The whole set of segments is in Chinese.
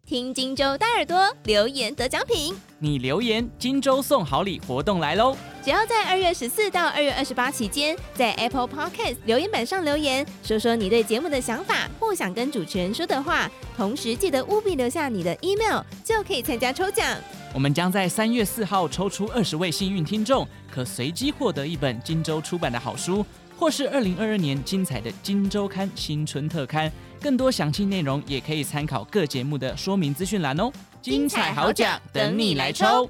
听金州大耳朵留言得奖品， 你留言金州送好礼活动来咯， 只要在2月14到2月28期间在 Apple Podcast 留言板上留言，说说你对节目的想法或想跟主持人说的话，同时记得务必留下你的 email， 就可以参加抽奖。 我们将在3月4号抽出20位幸运听众，可随机获得一本金州出版的好书，或是2022年精彩的金周刊新春特刊。更多详细内容也可以参考各节目的说明资讯栏哦。 精彩好奖等你来抽！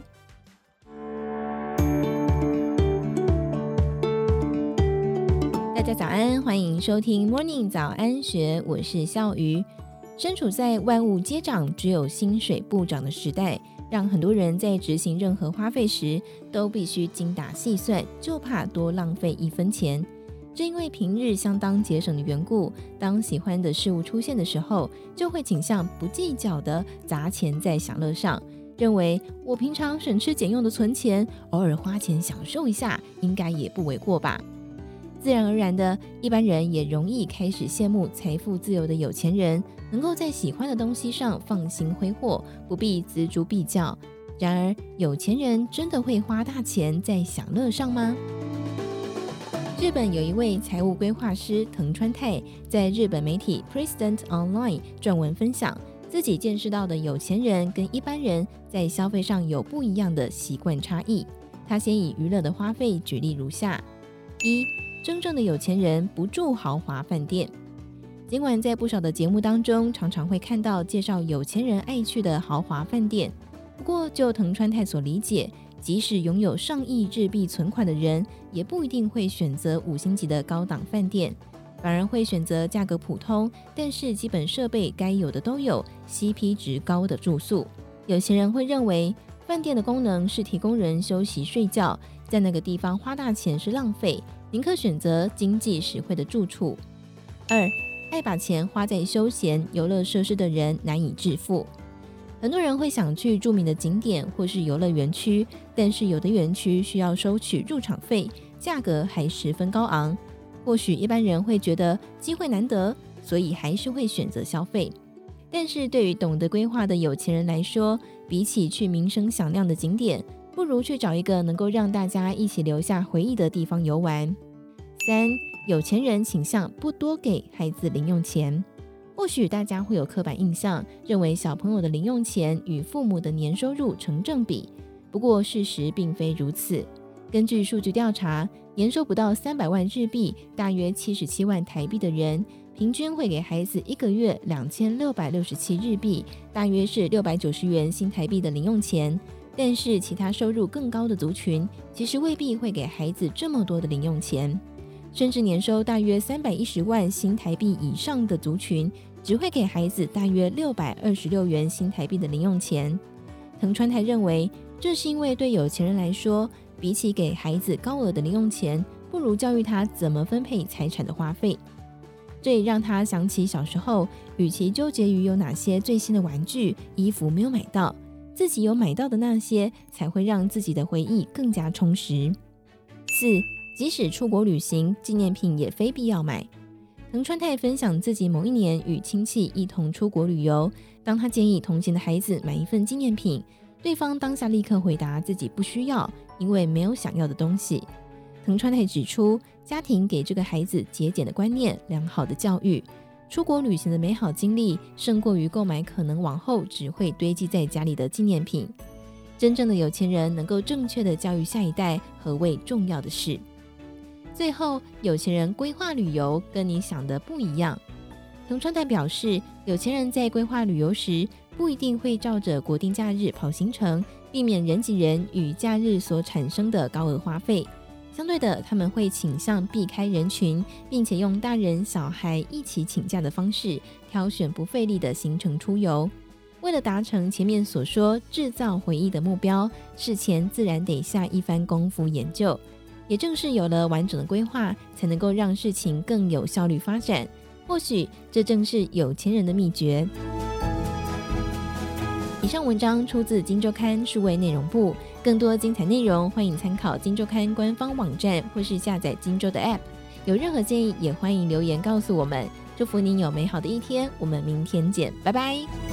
大家早安，欢迎收听 Morning 早安学，我是笑瑜。身处在万物皆涨，只有薪水不涨的时代，让很多人在执行任何花费时都必须精打细算，就怕多浪费一分钱。正因为平日相当节省的缘故，当喜欢的事物出现的时候，就会倾向不计较的砸钱在享乐上，认为我平常省吃俭用的存钱，偶尔花钱享受一下，应该也不为过吧。自然而然的，一般人也容易开始羡慕财富自由的有钱人，能够在喜欢的东西上放心挥霍，不必锱铢必较。然而，有钱人真的会花大钱在享乐上吗？日本有一位财务规划师藤川泰，在日本媒体 President Online 撰文分享自己见识到的有钱人跟一般人在消费上有不一样的习惯差异。他先以娱乐的花费举例如下：一、真正的有钱人不住豪华饭店。尽管在不少的节目当中常常会看到介绍有钱人爱去的豪华饭店，不过就藤川泰所理解，即使拥有上亿日币存款的人，也不一定会选择5星级的高档饭店，反而会选择价格普通，但是基本设备该有的都有， CP 值高的住宿。有些人会认为饭店的功能是提供人休息睡觉，在那个地方花大钱是浪费，宁可选择经济实惠的住处。二、爱把钱花在休闲游乐设施的人难以致富。很多人会想去著名的景点或是游乐园区，但是有的园区需要收取入场费，价格还十分高昂。或许一般人会觉得机会难得，所以还是会选择消费。但是对于懂得规划的有钱人来说，比起去名声响亮的景点，不如去找一个能够让大家一起留下回忆的地方游玩。三、有钱人倾向不多给孩子零用钱。或许大家会有刻板印象，认为小朋友的零用钱与父母的年收入成正比，不过事实并非如此。根据数据调查，年收不到300万日币，大约77万台币的人，平均会给孩子1个月2667日币，大约是690元新台币的零用钱。但是其他收入更高的族群，其实未必会给孩子这么多的零用钱。甚至年收大约310万新台币以上的族群，只会给孩子大约626元新台币的零用钱。藤川泰认为，这是因为对有钱人来说，比起给孩子高额的零用钱，不如教育他怎么分配财产的花费。这也让他想起小时候，与其纠结于有哪些最新的玩具、衣服没有买到，自己有买到的那些，才会让自己的回忆更加充实。四、即使出国旅行，纪念品也非必要买。藤川泰分享自己某一年与亲戚一同出国旅游，当他建议同行的孩子买一份纪念品，对方当下立刻回答自己不需要，因为没有想要的东西。藤川泰指出，家庭给这个孩子节俭的观念、良好的教育，出国旅行的美好经历胜过于购买可能往后只会堆积在家里的纪念品。真正的有钱人能够正确的教育下一代何谓重要的事。最后，有钱人规划旅游跟你想的不一样。藤川泰表示，有钱人在规划旅游时，不一定会照着国定假日跑行程，避免人挤人与假日所产生的高额花费。相对的，他们会倾向避开人群，并且用大人小孩一起请假的方式，挑选不费力的行程出游。为了达成前面所说制造回忆的目标，事前自然得下一番功夫研究。也正是有了完整的规划，才能够让事情更有效率发展。或许这正是有钱人的秘诀。以上文章出自今周刊数位内容部，更多精彩内容欢迎参考今周刊官方网站或是下载今周的 App。有任何建议也欢迎留言告诉我们。祝福您有美好的一天，我们明天见，拜拜。